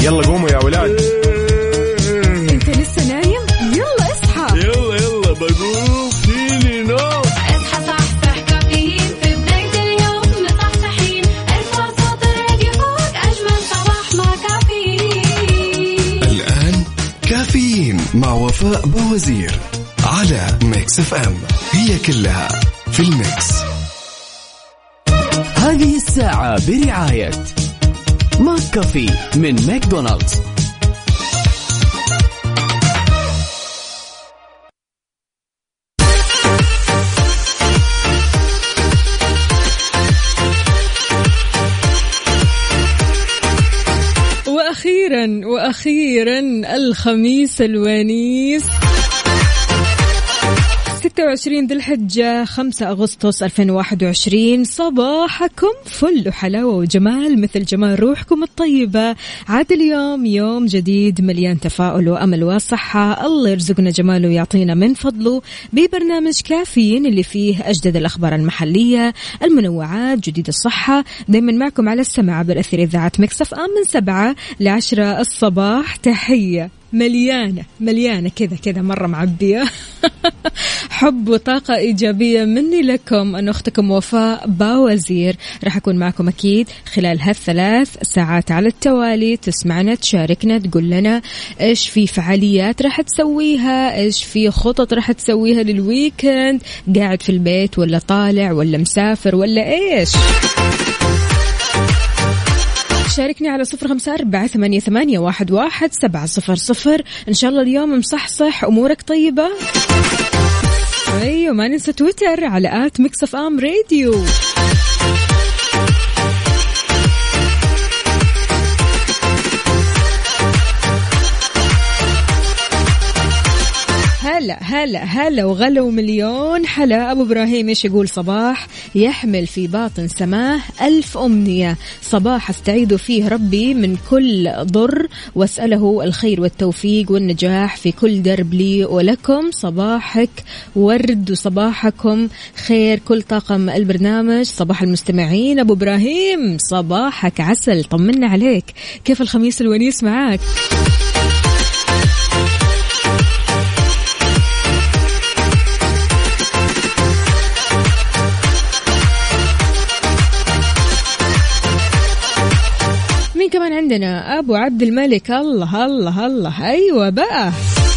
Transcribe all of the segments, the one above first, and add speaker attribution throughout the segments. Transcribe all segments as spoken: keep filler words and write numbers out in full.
Speaker 1: يلا قوموا يا ولاد.
Speaker 2: انت لسه نايم؟ يلا اصحى.
Speaker 1: يلا يلا بقوم فيني نوم.
Speaker 3: اصحى صحصح كافيين في بداية اليوم مصحصحين. ارفع صوت الراديو فوق أجمل صباح مع كافيين.
Speaker 4: الآن كافيين مع وفاء بوزير على ميكس اف ام. هي كلها في الميكس.
Speaker 5: هذه الساعة برعاية ماك كافي من ماكدونالدز.
Speaker 2: وأخيرا وأخيرا الخميس الونيس ستة وعشرين ذي الحجة خمسة أغسطس ألفين وواحد وعشرين. صباحكم فل وحلاوة وجمال مثل جمال روحكم الطيبة. عاد اليوم يوم جديد مليان تفاؤل وأمل وصحة. الله يرزقنا جماله ويعطينا من فضله ببرنامج كافيين اللي فيه أجدد الأخبار المحلية، المنوعات، جديد الصحة. دايما معكم على السماع بالأثير إذاعة ميكس اف ام من سبعة لعشرة الصباح. تحية مليانة مليانة كذا كذا مرة معبية حب وطاقة إيجابية مني لكم. أنا أختكم وفاء باوزير، راح أكون معكم أكيد خلال هالثلاث ساعات على التوالي. تسمعنا، تشاركنا، تقول لنا إيش في فعاليات راح تسويها، إيش في خطط راح تسويها للويكند، قاعد في البيت ولا طالع ولا مسافر ولا إيش. شاركني على صفر خمسة أربعة ثمانية ثمانية واحد واحد سبعة صفر صفر. إن شاء الله اليوم مصحصح، أمورك طيبة. أيوة، ما ننسى تويتر على آت ميكس اف ام راديو. هلا هلا هلا وغلا ومليون حلا. أبو إبراهيم إيش يقول؟ صباح يحمل في باطن سماه ألف أمنية، صباح استعيذ فيه ربي من كل ضر واسأله الخير والتوفيق والنجاح في كل درب لي ولكم. صباحك ورد وصباحكم خير كل طاقم البرنامج. صباح المستمعين. أبو إبراهيم صباحك عسل، طمنا عليك، كيف الخميس الونيس معاك؟ مين كمان عندنا؟ أبو عبد الملك. الله الله الله، أيوة بقى.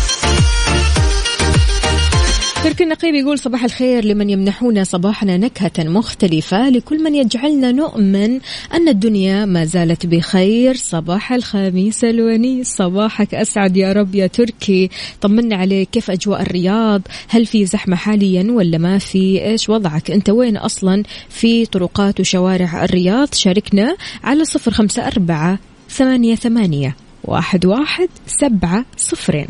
Speaker 2: ترك النقيب يقول صباح الخير لمن يمنحون صباحنا نكهة مختلفة، لكل من يجعلنا نؤمن أن الدنيا ما زالت بخير. صباح الخميس الونيس، صباحك أسعد يا رب يا تركي. طمنا عليك، كيف أجواء الرياض؟ هل في زحمة حاليا ولا ما في؟ إيش وضعك؟ أنت وين أصلا في طرقات وشوارع الرياض؟ شاركنا على صفر خمسة أربعة ثمانية ثمانية واحد واحد سبعة صفرين.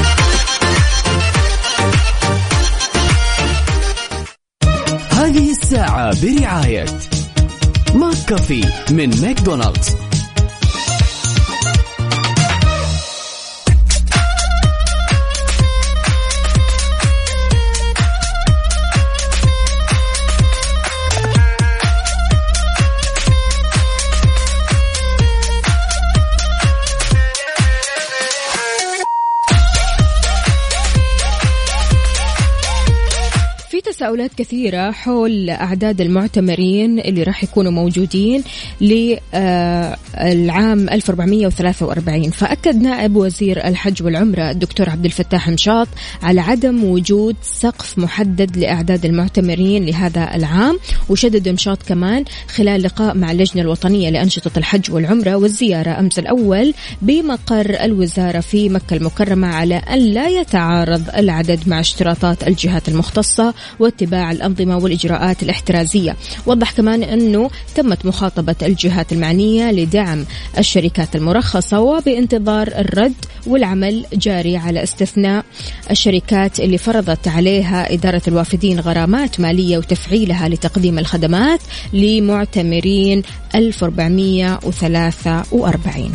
Speaker 5: هذه الساعة برعاية ماك كافي من ماكدونالدز.
Speaker 2: تساؤلات كثيرة حول أعداد المعتمرين اللي راح يكونوا موجودين للعام ألف وأربعمائة وثلاثة وأربعين. فأكد نائب وزير الحج والعمرة الدكتور عبد الفتاح مشاط على عدم وجود سقف محدد لأعداد المعتمرين لهذا العام. وشدد مشاط كمان خلال لقاء مع اللجنة الوطنية لأنشطة الحج والعمرة والزيارة أمس الأول بمقر الوزارة في مكة المكرمة على أن لا يتعارض العدد مع اشتراطات الجهات المختصة واتباع الأنظمة والإجراءات الاحترازية. وضح كمان أنه تمت مخاطبة الجهات المعنية لدعم الشركات المرخصة وبانتظار الرد، والعمل جاري على استثناء الشركات اللي فرضت عليها إدارة الوافدين غرامات مالية وتفعيلها لتقديم الخدمات لمعتمرين ألف وأربعمائة وثلاثة وأربعين.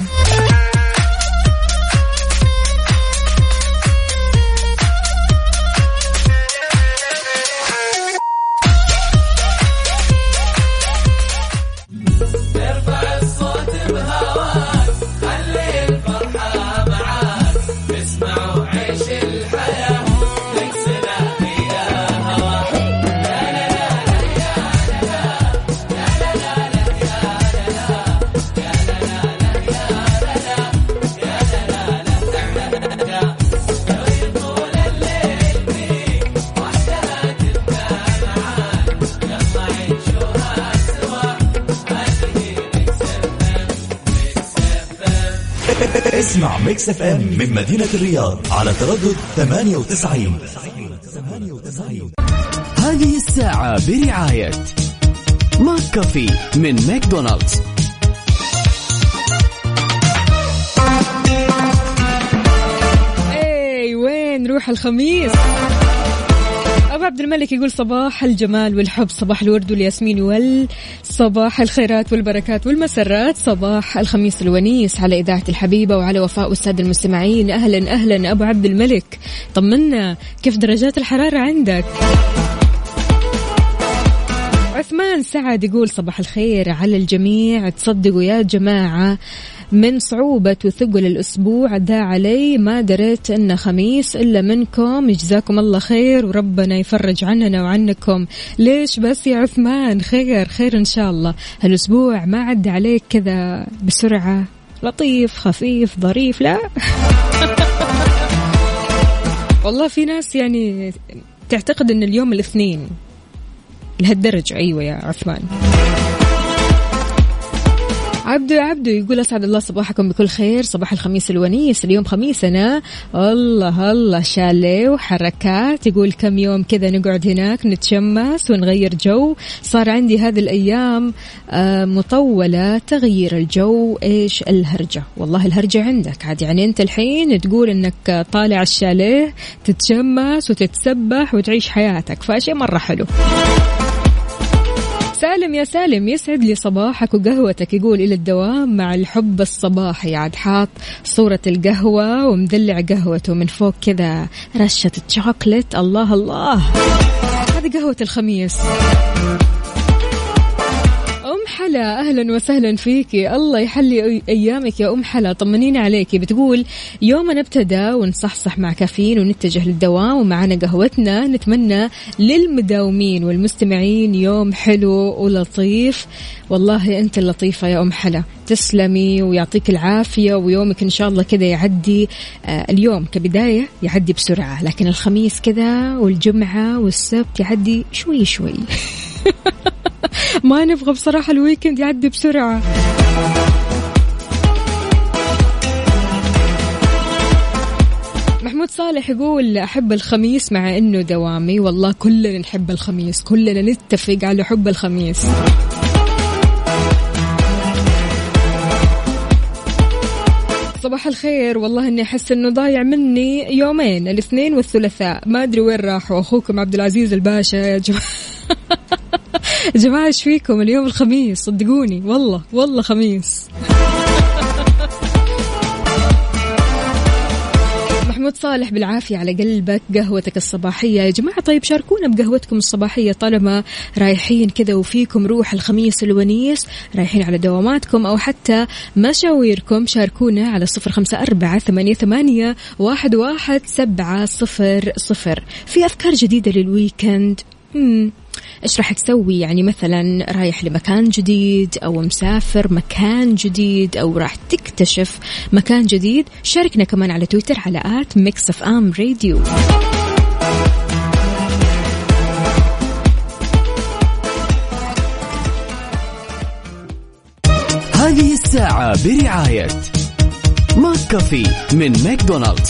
Speaker 6: ارفع الصوت بهواك خلينا اسمع ميكس اف ام من مدينة الرياض على تردد ثمانية وتسعين.
Speaker 5: هذه الساعة برعاية ماك كافي من ماكدونالدز.
Speaker 2: اي وين نروح الخميس؟ أبو عبد الملك يقول صباح الجمال والحب، صباح الورد والياسمين والصباح الخيرات والبركات والمسرات، صباح الخميس الونيس على إذاعة الحبيبة وعلى وفاء والسادة المستمعين. أهلا أهلا أبو عبد الملك، طمنا كيف درجات الحرارة عندك؟ عثمان سعد يقول صباح الخير على الجميع، تصدقوا يا جماعة من صعوبة وثقل الأسبوع ذا علي ما دريت إنه خميس إلا منكم، جزاكم الله خير وربنا يفرج عننا وعنكم. ليش بس يا عثمان؟ خير خير إن شاء الله. هالأسبوع ما عدى عليك كذا بسرعة؟ لطيف خفيف ظريف؟ لا والله في ناس يعني تعتقد إن اليوم الاثنين لهالدرجة. أيوة يا عثمان. عبدو عبدو يقول أسعد الله صباحكم بكل خير، صباح الخميس الونيس، اليوم خميسنا. الله الله شاليه وحركات. يقول كم يوم كذا نقعد هناك نتشمس ونغير جو، صار عندي هذه الأيام مطولة تغيير الجو. إيش الهرجة؟ والله الهرجة عندك عاد، يعني أنت الحين تقول أنك طالع الشاليه تتشمس وتتسبح وتعيش حياتك، فشيء مرة حلو. سالم يا سالم يسعد لي صباحك وقهوتك، يقول إلى الدوام مع الحب الصباحي، عاد حاط صورة القهوة ومدلع قهوته من فوق كذا رشة الشوكولات. الله الله، هذه قهوة الخميس. أم حلا أهلا وسهلا فيكي، الله يحلي أيامك يا أم حلا، طمنينا عليكي. بتقول يومنا ابتدى ونصحصح مع كافيين ونتجه للدوام ومعنا قهوتنا، نتمنى للمداومين والمستمعين يوم حلو ولطيف. والله أنت اللطيفة يا أم حلا، تسلمي ويعطيك العافية، ويومك إن شاء الله كذا يعدي. آه اليوم كبداية يعدي بسرعة، لكن الخميس كذا والجمعة والسبت يعدي شوي شوي ما نبغى بصراحة الويكند يعدي بسرعة. محمود صالح يقول أحب الخميس مع أنه دوامي. والله كلنا نحب الخميس، كلنا نتفق على حب الخميس. صباح الخير، والله إني أحس إنه ضايع مني يومين، الاثنين والثلاثاء، ما أدري وين راحوا. أخوكم عبد العزيز الباشا يا جماعة جماعة إيش فيكم؟ اليوم الخميس صدقوني، والله والله خميس. محمود صالح بالعافية على قلبك قهوتك الصباحية يا جماعة. طيب شاركونا بقهوتكم الصباحية طالما رايحين كذا وفيكم روح الخميس الونيس، رايحين على دواماتكم أو حتى مشاويركم، شاركونا على صفر خمسة أربعة ثمانية ثمانية واحد واحد سبعة صفر صفر. في أفكار جديدة للويكند؟ مم. إيش راح تسوي؟ يعني مثلا رايح لمكان جديد أو مسافر مكان جديد أو راح تكتشف مكان جديد؟ شاركنا كمان على تويتر على آت ميكس أف أم راديو.
Speaker 5: هذه الساعة برعاية ماك كافي من ماكدونالدز.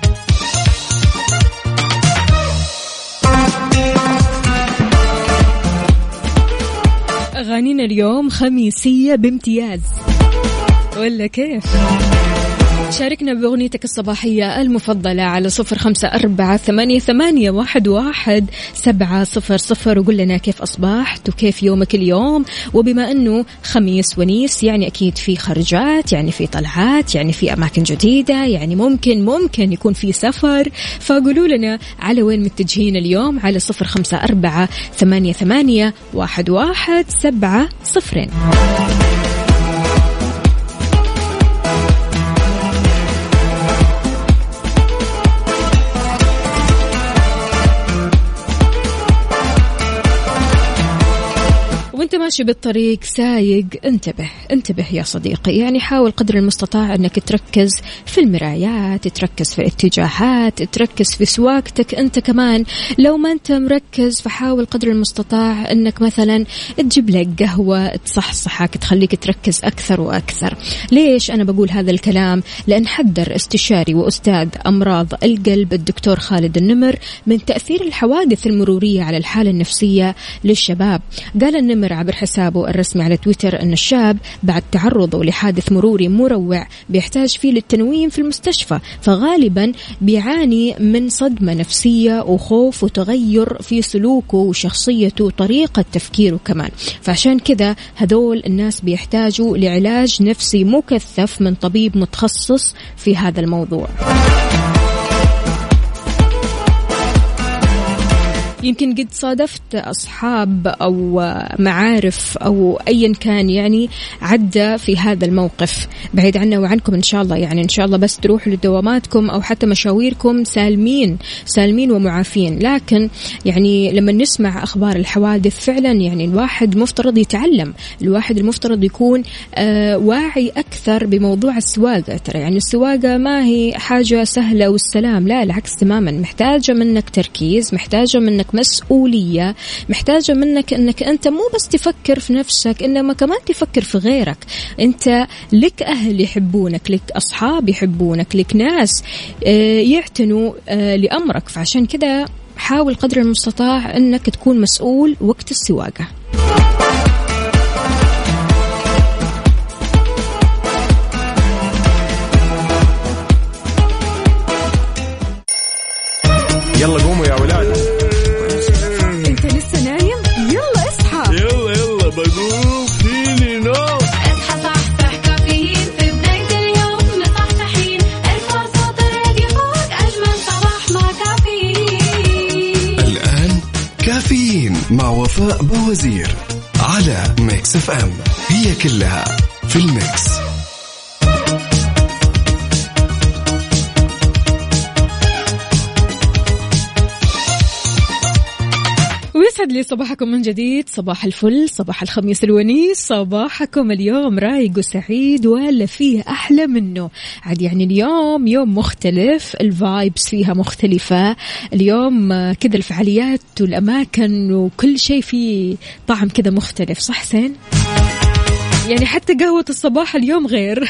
Speaker 2: أغانينا اليوم خميسية بامتياز ولا كيف؟ شاركنا بأغنيتك الصباحية المفضلة على صفر خمسة أربعة ثمانية ثمانية واحد واحد سبعة صفر صفر، وقل لنا كيف أصبحت وكيف يومك اليوم. وبما أنه خميس ونيس يعني أكيد في خرجات، يعني في طلعات، يعني في أماكن جديدة، يعني ممكن ممكن يكون في سفر، فقولوا لنا على وين متجهين اليوم على صفر خمسة أربعة ثمانية ثمانية واحد واحد سبعة صفرين. وانت ما ماشي بالطريق سايق، انتبه انتبه يا صديقي. يعني حاول قدر المستطاع أنك تركز في المرايات، تركز في الاتجاهات، تركز في سواقتك. أنت كمان لو ما أنت مركز فحاول قدر المستطاع أنك مثلا تجيب لك قهوة تصحصحك، تخليك تركز أكثر وأكثر. ليش أنا بقول هذا الكلام؟ لأن حذر استشاري وأستاذ أمراض القلب الدكتور خالد النمر من تأثير الحوادث المرورية على الحالة النفسية للشباب. قال النمر عبر حسابه الرسمي على تويتر أن الشاب بعد تعرضه لحادث مروري مروع بيحتاج فيه للتنويم في المستشفى، فغالبا بيعاني من صدمة نفسية وخوف وتغير في سلوكه وشخصيته وطريقة تفكيره كمان. فعشان كذا هذول الناس بيحتاجوا لعلاج نفسي مكثف من طبيب متخصص في هذا الموضوع. يمكن قد صادفت أصحاب أو معارف أو أيا كان يعني عدى في هذا الموقف، بعيد عنا وعنكم إن شاء الله. يعني إن شاء الله بس تروحوا لدواماتكم أو حتى مشاويركم سالمين سالمين ومعافين. لكن يعني لما نسمع أخبار الحوادث فعلا يعني الواحد مفترض يتعلم، الواحد المفترض يكون آه واعي أكثر بموضوع السواقة. ترى يعني السواقة ما هي حاجة سهلة والسلام، لا العكس تماما، محتاجة منك تركيز، محتاجة منك مسؤولية، محتاجة منك أنك أنت مو بس تفكر في نفسك إنما كمان تفكر في غيرك. أنت لك أهل يحبونك، لك أصحاب يحبونك، لك ناس يعتنوا لأمرك. فعشان كده حاول قدر المستطاع أنك تكون مسؤول وقت السواقة.
Speaker 1: يلا قوموا يا ولاد.
Speaker 2: انت لسه نايم؟ يلا اصحى.
Speaker 1: يلا يلا بقوم فيني نوم.
Speaker 3: اصحى صحصح كافيين في بداية اليوم مصحصحين، ارفع صوت الراديو فوق أجمل صباح مع كافيين.
Speaker 4: الآن كافيين مع وفاء بوزير على ميكس اف ام، هي كلها في الميكس.
Speaker 2: ويسعد لي صباحكم من جديد، صباح الفل، صباح الخميس الونيس، صباحكم اليوم رايق وسعيد ولا فيه أحلى منه عاد. يعني اليوم يوم مختلف، الفايبس فيها مختلفة اليوم كذا، الفعاليات والأماكن وكل شيء فيه طعم كذا مختلف، صح سين؟ يعني حتى قهوة الصباح اليوم غير.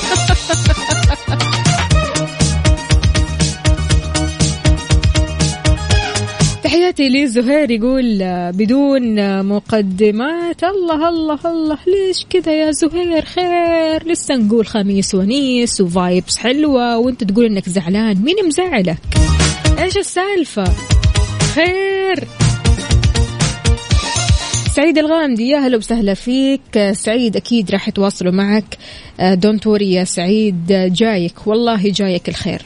Speaker 2: تحياتي لي زهير يقول بدون مقدمات. الله الله الله، ليش كذا يا زهير؟ خير، لسه نقول خميس ونيس وفايبس حلوة وانت تقول انك زعلان. مين مزعلك؟ ايش السالفة؟ خير. سعيد الغامدي يا هلا وسهلا فيك. سعيد أكيد راح يتواصلوا معك، دونت وري يا سعيد، جايك والله جايك الخير.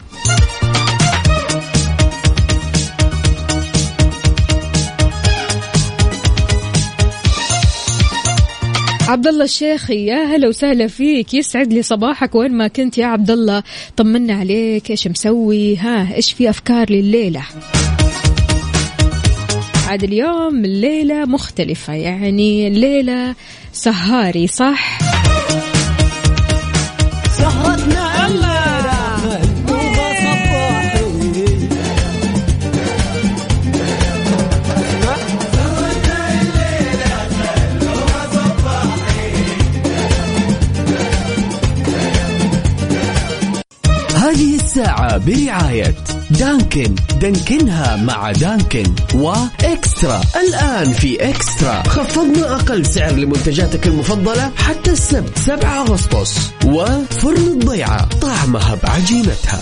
Speaker 2: عبد الله الشيخي يا هلا وسهلا فيك، يسعد لي صباحك وين ما كنت يا عبد الله. طمنا عليك، ايش مسوي؟ ها ايش في افكار لليله؟ عاد اليوم الليله مختلفه، يعني الليله سهاري صح؟
Speaker 5: سهرتنا الليلة هذه الساعة برعاية دانكن، دانكنها مع دانكن، وإكسترا. الآن في إكسترا خفضنا أقل سعر لمنتجاتك المفضلة حتى السبت سبعة أغسطس، وفرن الضيعة طعمها بعجينتها.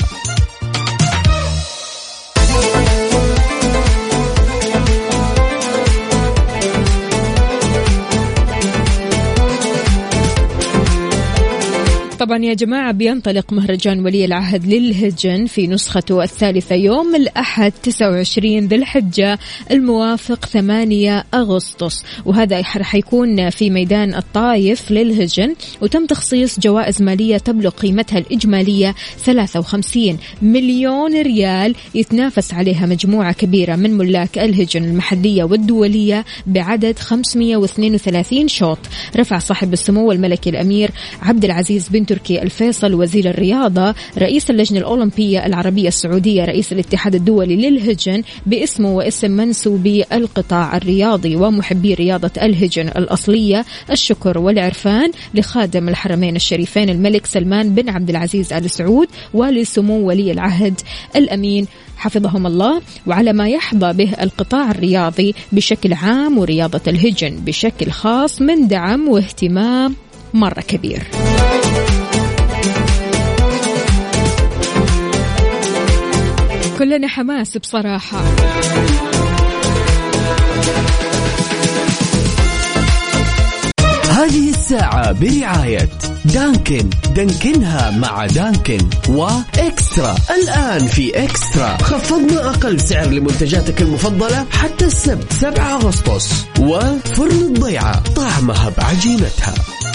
Speaker 2: طبعا يا جماعة بينطلق مهرجان ولي العهد للهجن في نسخته الثالثة يوم الأحد تسعة وعشرين ذي الحجة الموافق ثمانية أغسطس، وهذا رح يكون في ميدان الطايف للهجن، وتم تخصيص جوائز مالية تبلغ قيمتها الإجمالية ثلاثة وخمسين مليون ريال يتنافس عليها مجموعة كبيرة من ملاك الهجن المحلية والدولية بعدد خمسمئة واثنين وثلاثين شوط. رفع صاحب السمو الملكي الأمير عبد العزيز بن تركي الفيصل وزير الرياضة رئيس اللجنة الأولمبية العربية السعودية رئيس الاتحاد الدولي للهجن باسمه واسم منسوبي القطاع الرياضي ومحبي رياضة الهجن الأصلية الشكر والعرفان لخادم الحرمين الشريفين الملك سلمان بن عبد العزيز آل سعود ولسمو ولي العهد الأمين حفظهم الله، وعلى ما يحظى به القطاع الرياضي بشكل عام ورياضة الهجن بشكل خاص من دعم واهتمام مرة كبير. كلنا حماس بصراحة.
Speaker 5: هذه الساعة برعاية دانكن، دانكنها مع دانكن، وإكسترا. الآن في إكسترا خفضنا أقل سعر لمنتجاتك المفضلة حتى السبت سبعة أغسطس، وفرن الضيعة طعمها بعجينتها.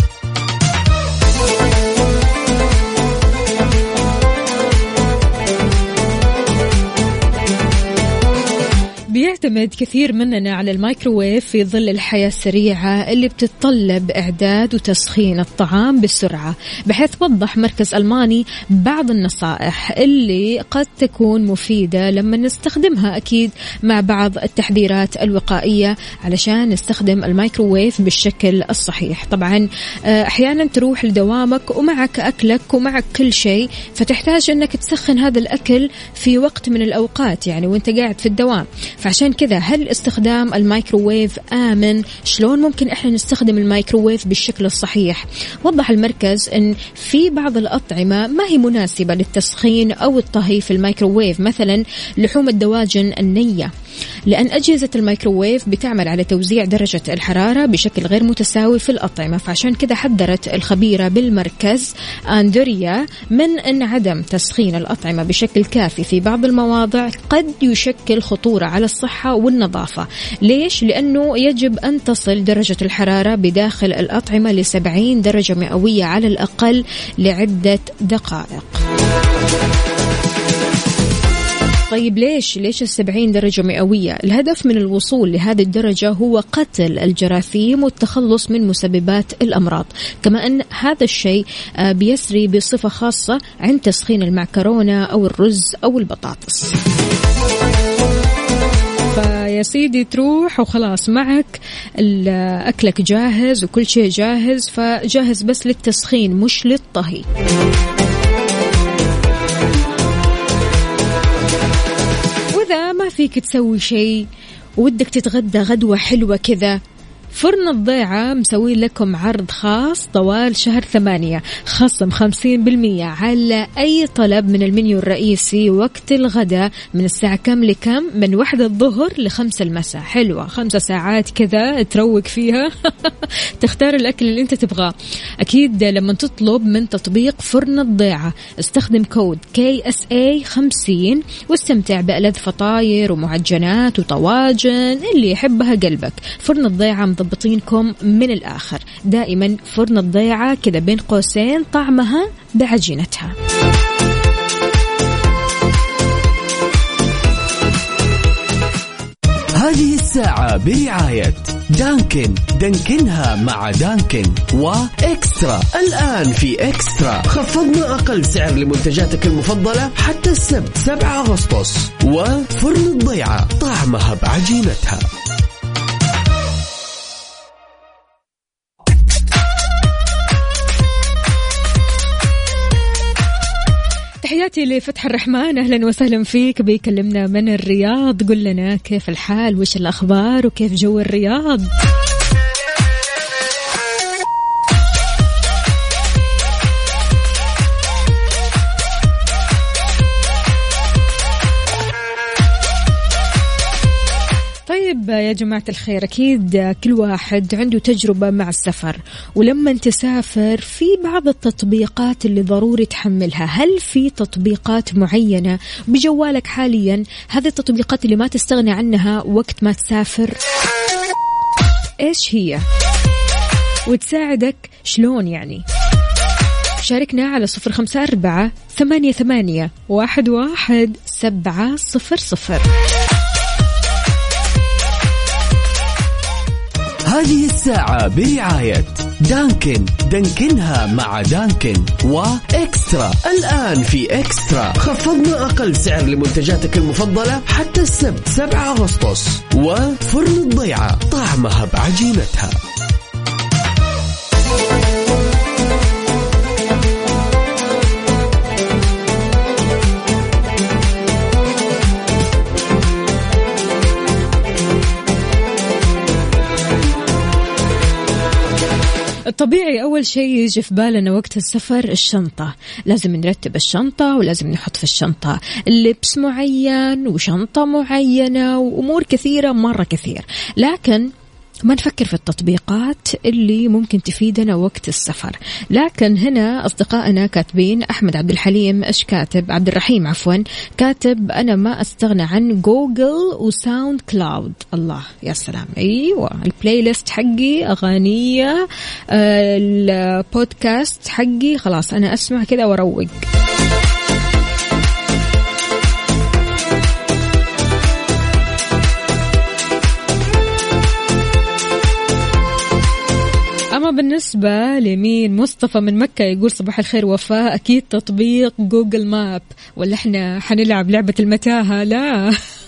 Speaker 2: بيعتمد كثير مننا على الميكروويف في ظل الحياة السريعة اللي بتتطلب إعداد وتسخين الطعام بسرعة، بحيث وضح مركز ألماني بعض النصائح اللي قد تكون مفيدة لما نستخدمها أكيد مع بعض التحذيرات الوقائية علشان نستخدم الميكروويف بالشكل الصحيح. طبعا أحيانا تروح لدوامك ومعك أكلك ومعك كل شيء، فتحتاج أنك تسخن هذا الأكل في وقت من الأوقات يعني وانت قاعد في الدوام. فعشان كذا هل استخدام الميكروويف آمن؟ شلون ممكن إحنا نستخدم الميكروويف بالشكل الصحيح؟ وضح المركز أن في بعض الأطعمة ما هي مناسبة للتسخين أو الطهي في الميكروويف، مثلا لحوم الدواجن النية، لأن أجهزة الميكروويف بتعمل على توزيع درجة الحرارة بشكل غير متساوي في الأطعمة. فعشان كذا حذرت الخبيرة بالمركز أندوريا من أن عدم تسخين الأطعمة بشكل كافي في بعض المواضع قد يشكل خطورة على الصحة والنظافة. ليش؟ لأنه يجب أن تصل درجة الحرارة بداخل الأطعمة لسبعين درجة مئوية على الأقل لعدة دقائق. طيب ليش ليش السبعين درجة مئوية؟ الهدف من الوصول لهذه الدرجة هو قتل الجراثيم والتخلص من مسببات الأمراض، كما أن هذا الشيء بيسري بصفة خاصة عند تسخين المعكرونة أو الرز أو البطاطس. فيا سيدي تروح وخلاص معك أكلك جاهز وكل شيء جاهز، فجاهز بس للتسخين مش للطهي. وإذا ما فيك تسوي شيء ودك تتغدى غدوة حلوة كذا، فرن الضيعة مسوي لكم عرض خاص طوال شهر ثمانية، خصم خمسين بالمية على أي طلب من المنيو الرئيسي وقت الغداء من الساعة كم لكم؟ من واحدة الظهر لخمسة المساء. حلوة، خمسة ساعات كذا تروق فيها تختار الأكل اللي أنت تبغاه. أكيد لما تطلب من تطبيق فرن الضيعة استخدم كود كي إس إيه خمسين واستمتع بألذ فطاير ومعجنات وطواجن اللي يحبها قلبك. فرن الضيعة مضبطينكم من الآخر، دائما فرن الضيعة كذا بين قوسين طعمها بعجينتها.
Speaker 5: هذه الساعة برعاية دانكن، دانكنها مع دانكن، وإكسترا. الآن في إكسترا خفضنا أقل سعر لمنتجاتك المفضلة حتى السبت سبعة أغسطس، وفرن الضيعة طعمها بعجينتها.
Speaker 2: تحياتي لفتح الرحمن، أهلا وسهلا فيك. بيكلمنا من الرياض، قل لنا كيف الحال وش الأخبار وكيف جو الرياض؟ طيب يا جماعة الخير، أكيد كل واحد عنده تجربة مع السفر، ولما تسافر في بعض التطبيقات اللي ضروري تحملها. هل في تطبيقات معينة بجوالك حاليا هذه التطبيقات اللي ما تستغني عنها وقت ما تسافر؟ إيش هي؟ وتساعدك شلون يعني؟ شاركنا على صفر خمسة أربعة ثمانية ثمانية واحد واحد سبعة صفر صفر.
Speaker 5: هذه الساعة برعاية دانكن، دانكنها مع دانكن، وإكسترا. الآن في إكسترا خفضنا أقل سعر لمنتجاتك المفضلة حتى السبت سبعة أغسطس. وفرن الضيعة، طعمها بعجينتها.
Speaker 2: الطبيعي أول شيء يجي في بالنا وقت السفر الشنطة. لازم نرتب الشنطة، ولازم نحط في الشنطة لبس معين وشنطة معينة وأمور كثيرة مرة كثير، لكن ما نفكر في التطبيقات اللي ممكن تفيدنا وقت السفر. لكن هنا أصدقائنا كاتبين، أحمد عبد الحليم إيش كاتب؟ عبد الرحيم عفوا كاتب أنا ما أستغنى عن جوجل وساوند كلاود. الله يا سلام، أيوة البلاي ليست حقي، أغانية، البودكاست حقي، خلاص أنا أسمع كذا وأروق. أما بالنسبة لمين؟ مصطفى من مكة يقول صباح الخير وفاء، أكيد تطبيق جوجل ماب، ولا إحنا حنلعب لعبة المتاهة؟ لا.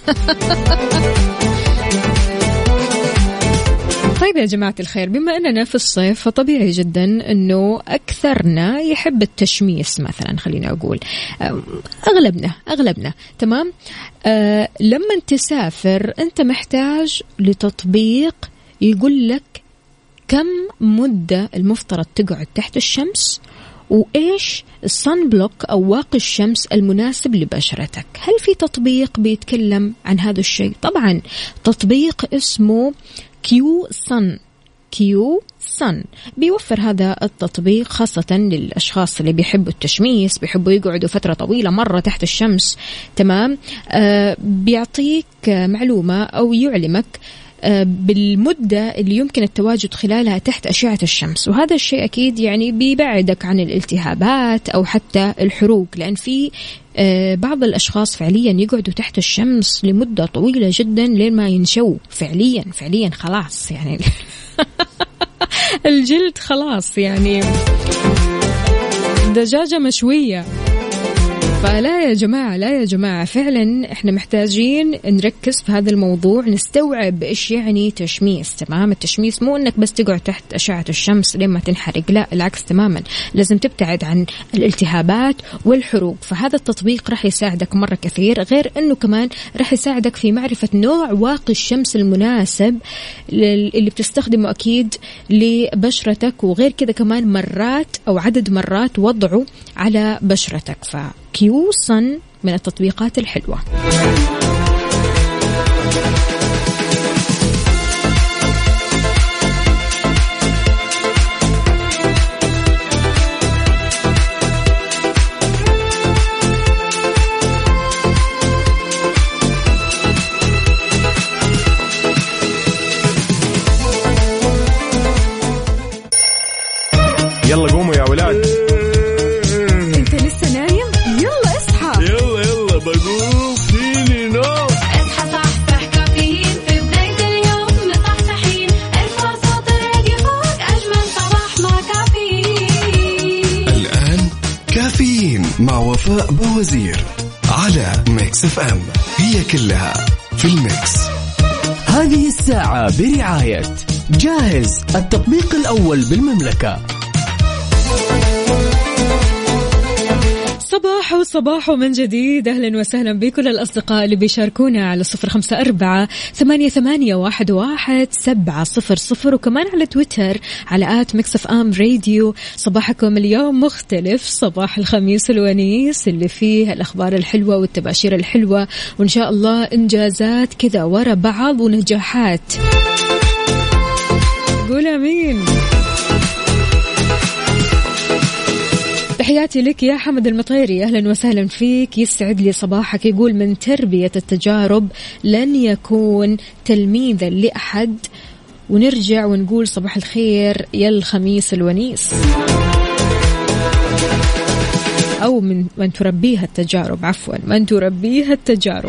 Speaker 2: طيب يا جماعة الخير، بما أننا في الصيف فطبيعي جدا أنه أكثرنا يحب التشميس مثلا، خلينا أقول أغلبنا أغلبنا تمام. أه لما تسافر أنت محتاج لتطبيق يقول لك كم مدة المفترض تقعد تحت الشمس، وإيش الصن بلوك أو واقي الشمس المناسب لبشرتك. هل في تطبيق بيتكلم عن هذا الشيء؟ طبعا تطبيق اسمه كيو صن. كيو صن بيوفر هذا التطبيق خاصة للأشخاص اللي بيحبوا التشميس، بيحبوا يقعدوا فترة طويلة مرة تحت الشمس، تمام. آه بيعطيك معلومة أو يعلمك بالمدة اللي يمكن التواجد خلالها تحت أشعة الشمس، وهذا الشيء أكيد يعني بيبعدك عن الالتهابات أو حتى الحروق، لأن في بعض الأشخاص فعليا يقعدوا تحت الشمس لمدة طويلة جدا لين ما ينشوا فعليا فعليا خلاص يعني الجلد خلاص يعني دجاجة مشوية. فلا يا جماعة، لا يا جماعة، فعلا احنا محتاجين نركز في هذا الموضوع، نستوعب ايش يعني تشميس. تمام، التشميس مو انك بس تقعد تحت أشعة الشمس لما تنحرق، لا العكس تماما، لازم تبتعد عن الالتهابات والحروق. فهذا التطبيق راح يساعدك مرة كثير، غير انه كمان راح يساعدك في معرفة نوع واقي الشمس المناسب اللي بتستخدمه اكيد لبشرتك، وغير كذا كمان مرات او عدد مرات وضعه على بشرتك. ف كيو صن من التطبيقات الحلوة.
Speaker 1: يلا قوموا يا ولاد.
Speaker 2: انت لسه نايم؟ يلا اصحى.
Speaker 1: يلا يلا بقوم فيني نوم.
Speaker 3: اصحى صحصح كافيين في بداية اليوم مصحصحين، ارفع صوت الراديو فوق أجمل صباح مع كافيين.
Speaker 4: الآن كافيين مع وفاء بوزير على ميكس اف ام، هي كلها في الميكس.
Speaker 5: هذه الساعة برعاية جاهز، التطبيق الأول بالمملكة.
Speaker 2: صباح صباح صباح من جديد. أهلا وسهلا بكل الأصدقاء اللي بيشاركونا على صفر خمسة أربعة ثمانية ثمانية واحد واحد سبعة صفر صفر، وكمان على تويتر على آت ميكس أف أم راديو. صباحكم اليوم مختلف، صباح الخميس الونيس اللي فيه الأخبار الحلوة والتباشير الحلوة، وإن شاء الله إنجازات كذا ورا بعض ونجاحات. قول أمين. تحياتي لك يا حمد المطيري، أهلا وسهلا فيك، يسعد لي صباحك. يقول من تربية التجارب لن يكون تلميذا لأحد. ونرجع ونقول صباح الخير يا الخميس الونيس، أو من من تربيها التجارب، عفوا من تربيها التجارب.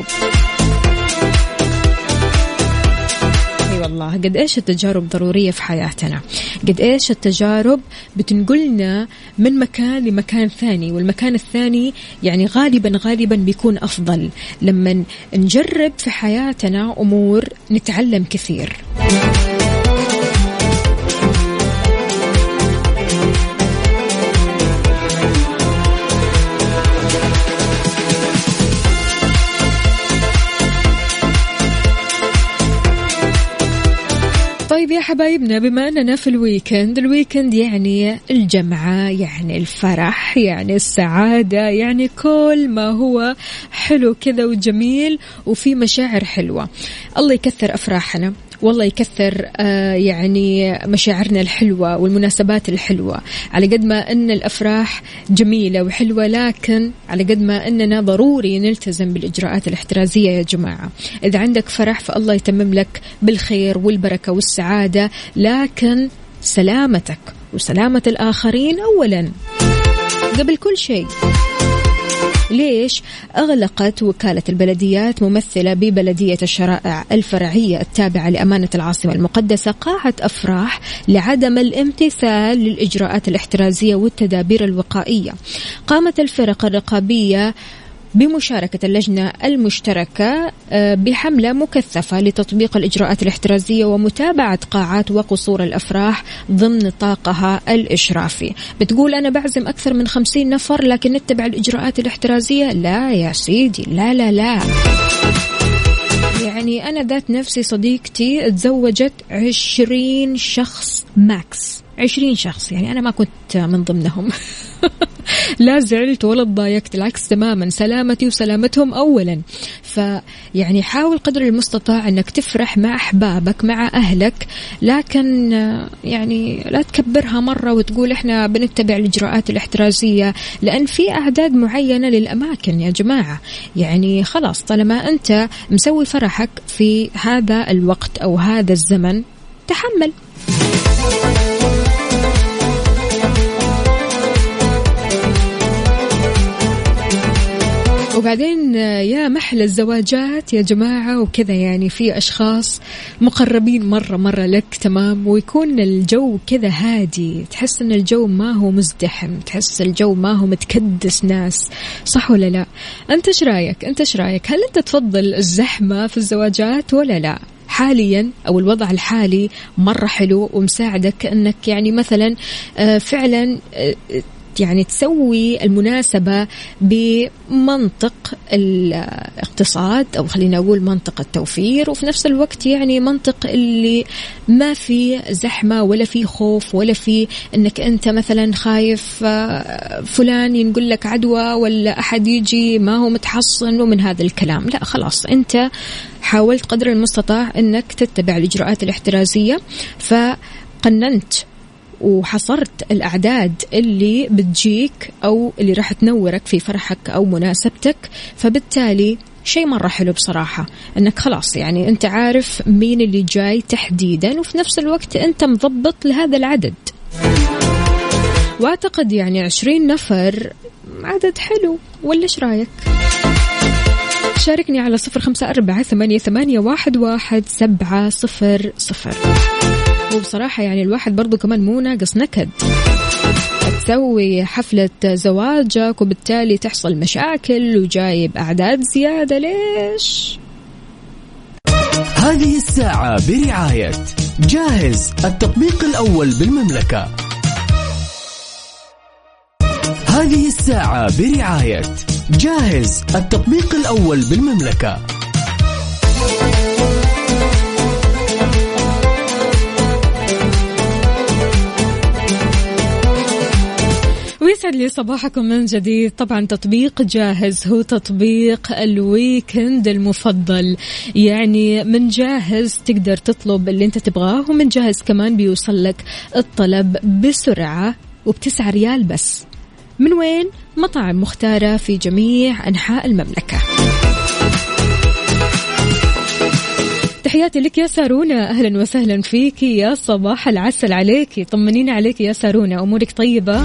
Speaker 2: والله قد إيش التجارب ضرورية في حياتنا، قد إيش التجارب بتنقلنا من مكان لمكان ثاني، والمكان الثاني يعني غالبا غالبا بيكون أفضل. لما نجرب في حياتنا أمور نتعلم كثير. طيب يا حبايبنا، بما أننا في الويكند، الويكند يعني الجمعة، يعني الفرح، يعني السعادة، يعني كل ما هو حلو كذا وجميل وفي مشاعر حلوة. الله يكثر أفراحنا، والله يكثر آه يعني مشاعرنا الحلوة والمناسبات الحلوة. على قد ما أن الأفراح جميلة وحلوة، لكن على قد ما أننا ضروري نلتزم بالإجراءات الاحترازية يا جماعة. إذا عندك فرح فالله يتمم لك بالخير والبركة والسعادة، لكن سلامتك وسلامة الآخرين أولا قبل كل شيء. ليش؟ أغلقت وكالة البلديات ممثلة ببلدية الشرائع الفرعية التابعة لأمانة العاصمة المقدسة قاعة أفراح لعدم الامتثال للإجراءات الاحترازية والتدابير الوقائية. قامت الفرق الرقابية بمشاركة اللجنة المشتركة بحملة مكثفة لتطبيق الإجراءات الاحترازية ومتابعة قاعات وقصور الأفراح ضمن نطاقها الإشرافي. بتقول أنا بعزم أكثر من خمسين نفر لكن نتبع الإجراءات الاحترازية؟ لا يا سيدي، لا لا لا. يعني أنا ذات نفسي صديقتي تزوجت عشرين شخص ماكس، عشرين شخص، يعني أنا ما كنت من ضمنهم. لا زعلت ولا تضايقت، العكس تماما، سلامتي وسلامتهم أولا. فيعني حاول قدر المستطاع أنك تفرح مع أحبابك مع أهلك، لكن يعني لا تكبرها مرة وتقول إحنا بنتبع الإجراءات الاحترازية، لأن في أعداد معينة للأماكن يا جماعة. يعني خلاص طالما أنت مسوي فرحك في هذا الوقت أو هذا الزمن تحمل. وبعدين يا محل الزواجات يا جماعة وكذا، يعني في أشخاص مقربين مرة مرة لك، تمام، ويكون الجو كذا هادي، تحس أن الجو ما هو مزدحم، تحس الجو ما هو متكدس ناس، صح ولا لا؟ أنت إيش رأيك؟ أنت إيش رأيك؟ هل أنت تفضل الزحمة في الزواجات ولا لا؟ حاليا أو الوضع الحالي مرة حلو ومساعدك أنك يعني مثلا فعلا يعني تسوي المناسبة بمنطق الاقتصاد، أو خلينا نقول منطق التوفير، وفي نفس الوقت يعني منطق اللي ما في زحمة ولا في خوف ولا في أنك أنت مثلا خايف فلان ينقل لك عدوى ولا أحد يجي ما هو متحصن ومن هذا الكلام. لا خلاص، أنت حاولت قدر المستطاع أنك تتبع الإجراءات الاحترازية، فقننت وحصرت الأعداد اللي بتجيك أو اللي راح تنورك في فرحك أو مناسبتك. فبالتالي شيء مرة حلو بصراحة أنك خلاص يعني أنت عارف مين اللي جاي تحديدا، وفي نفس الوقت أنت مضبط لهذا العدد. وأعتقد يعني عشرين نفر عدد حلو، ولا إيش رأيك؟ شاركني على صفر خمسة أربعة ثمانية ثمانية واحد واحد سبعة صفر صفر. وبصراحة يعني الواحد برضو كمان مو ناقص نكد، تسوي حفلة زواجك وبالتالي تحصل مشاكل وجايب أعداد زيادة. ليش؟
Speaker 5: هذه الساعة برعاية جاهز، التطبيق الأول بالمملكة. هذه هذه الساعة برعاية جاهز، التطبيق الأول بالمملكة.
Speaker 2: ويسعد لي صباحكم من جديد. طبعا تطبيق جاهز هو تطبيق الويكند المفضل، يعني من جاهز تقدر تطلب اللي انت تبغاه، ومن جاهز كمان بيوصل لك الطلب بسرعة وبتسعة ريال بس. من وين؟ مطاعم مختارة في جميع أنحاء المملكة. تحياتي لك يا سارونا، أهلا وسهلا فيك، يا صباح العسل عليك، طمنين عليك يا سارونا، أمورك طيبة؟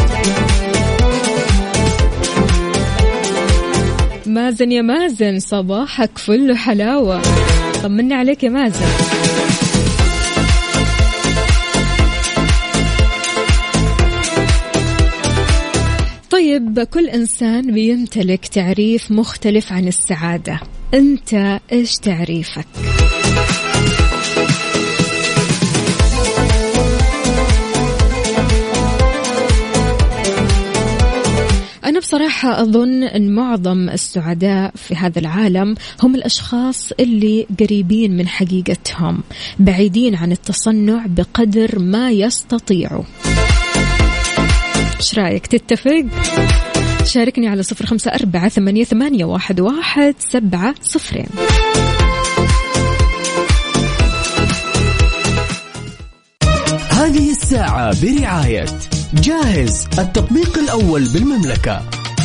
Speaker 2: مازن يا مازن، صباحك فل حلاوة، طمني عليك يا مازن. طيب، كل إنسان بيمتلك تعريف مختلف عن السعادة، أنت إيش تعريفك؟ أنا بصراحة أظن أن معظم السعداء في هذا العالم هم الأشخاص اللي قريبين من حقيقتهم، بعيدين عن التصنع بقدر ما يستطيعوا. إيش رأيك؟ تتفق؟ شاركني على صفر خمسة أربعة ثمانية ثمانية واحد واحد سبعة صفرين.
Speaker 5: هذه الساعة برعاية جاهز، التطبيق الأول بالمملكة.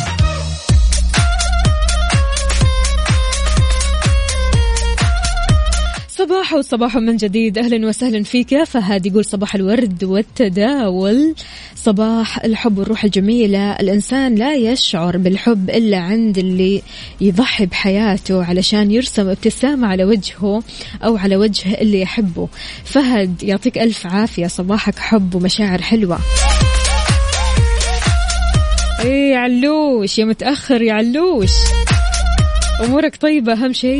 Speaker 2: صباح وصباح من جديد، أهلا وسهلا فيك يا فهد. يقول صباح الورد والتداول، صباح الحب والروح الجميلة. الإنسان لا يشعر بالحب إلا عند اللي يضحي بحياته علشان يرسم ابتسامة على وجهه أو على وجه اللي يحبه. فهد يعطيك ألف عافية، صباحك حب ومشاعر حلوة. ايه يا علوش، يا متأخر يا علوش، أمورك طيبة أهم شيء.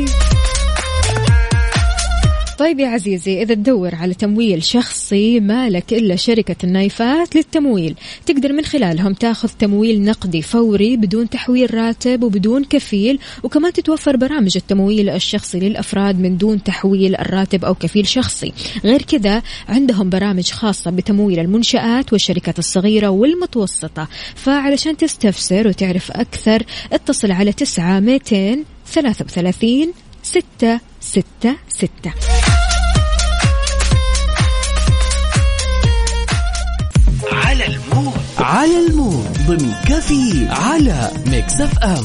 Speaker 2: طيب يا عزيزي، إذا تدور على تمويل شخصي ما لك إلا شركة النايفات للتمويل. تقدر من خلالهم تاخذ تمويل نقدي فوري بدون تحويل راتب وبدون كفيل، وكمان تتوفر برامج التمويل الشخصي للأفراد من دون تحويل الراتب أو كفيل شخصي. غير كذا عندهم برامج خاصة بتمويل المنشآت والشركات الصغيرة والمتوسطة. فعلشان تستفسر وتعرف أكثر اتصل على تسعة مئتين ثلاثة وثلاثين ستة ستة ستة.
Speaker 5: على المود على المود ضمن كافيين على ميكس اف ام.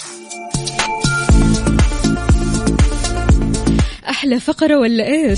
Speaker 2: أحلى فقرة ولا إيش؟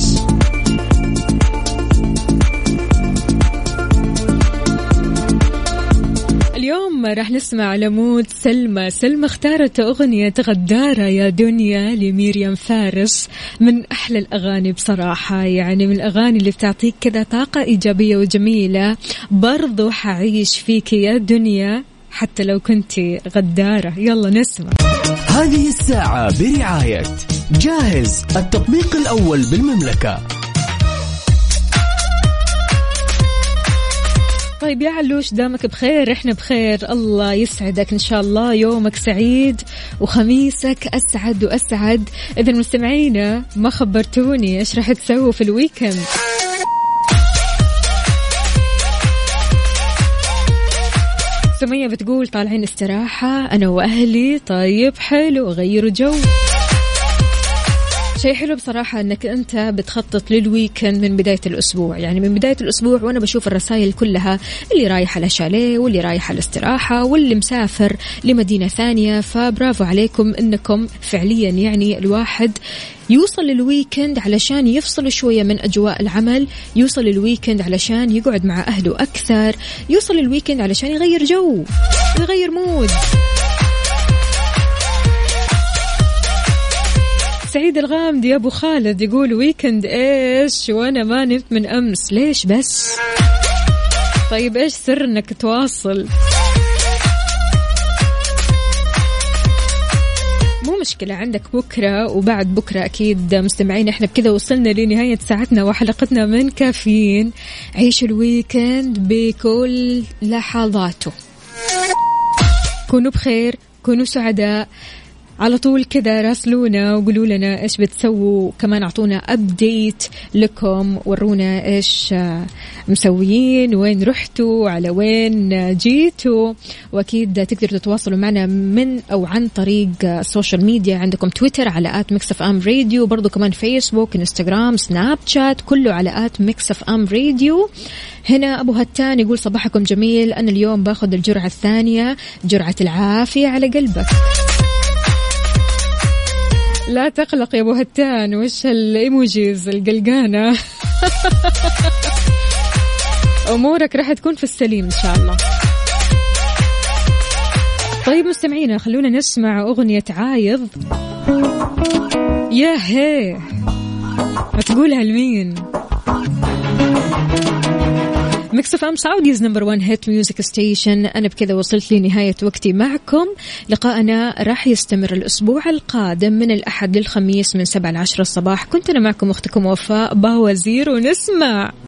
Speaker 2: اليوم راح نسمع على مود سلمى. سلمى اختارت أغنية غدارة يا دنيا لميريام فارس، من أحلى الأغاني بصراحة، يعني من الأغاني اللي بتعطيك كذا طاقة إيجابية وجميلة. برضو حعيش فيك يا دنيا حتى لو كنتي غدارة. يلا نسمع.
Speaker 5: هذه الساعة برعاية جاهز، التطبيق الأول بالمملكة.
Speaker 2: طيب يا علوش، دامك بخير احنا بخير، الله يسعدك، ان شاء الله يومك سعيد وخميسك اسعد واسعد. اذا مستمعينا ما خبرتوني ايش راح تسووا في الويكند؟ سمية بتقول طالعين استراحة انا واهلي. طيب حلو، غيروا جو. شيء حلو بصراحة أنك أنت بتخطط للويكند من بداية الأسبوع، يعني من بداية الأسبوع وأنا بشوف الرسائل كلها، اللي رايح على شاليه واللي رايح على استراحة واللي مسافر لمدينة ثانية. فبرافو عليكم أنكم فعليا يعني الواحد يوصل للويكند علشان يفصل شوية من أجواء العمل، يوصل للويكند علشان يقعد مع أهله أكثر، يوصل للويكند علشان يغير جو ويغير مود. سعيد الغامدي يا أبو خالد يقول ويكند إيش وأنا ما نمت من أمس، ليش بس؟ طيب إيش سر إنك تواصل؟ مو مشكلة، عندك بكرة وبعد بكرة أكيد. مستمعين إحنا بكذا وصلنا لنهاية ساعتنا وحلقتنا من كافيين. عيش الويكند بكل لحظاته. كونوا بخير، كونوا سعداء، على طول كذا راسلونا وقولوا لنا إيش بتسووا، كمان أعطونا أبديت لكم، ورونا إيش مسويين، وين رحتوا، على وين جيتوا. وأكيد تقدروا تتواصلوا معنا من أو عن طريق السوشيال ميديا، عندكم تويتر على آت ميكس أف أم راديو، برضو كمان فيسبوك، انستغرام، سناب شات، كله على آت ميكس أف أم راديو. هنا أبو هتان يقول صباحكم جميل، أنا اليوم باخذ الجرعة الثانية، جرعة العافية على قلبك. لا تقلق يا أبو هتان، وش هالإيموجيز القلقانة؟ أمورك راح تكون في السليم إن شاء الله. طيب مستمعينا، خلونا نسمع أغنية عايض. يا هي هتقولها لمين؟ ميكس اف ام سعوديز نمبر وان هيت ميوزك ستيشن. أنا بكذا وصلت لنهاية وقتي معكم. لقاءنا راح يستمر الأسبوع القادم من الأحد للخميس من سبعة لعشرة الصباح. كنت أنا معكم أختكم وفاء باوزير، ونسمع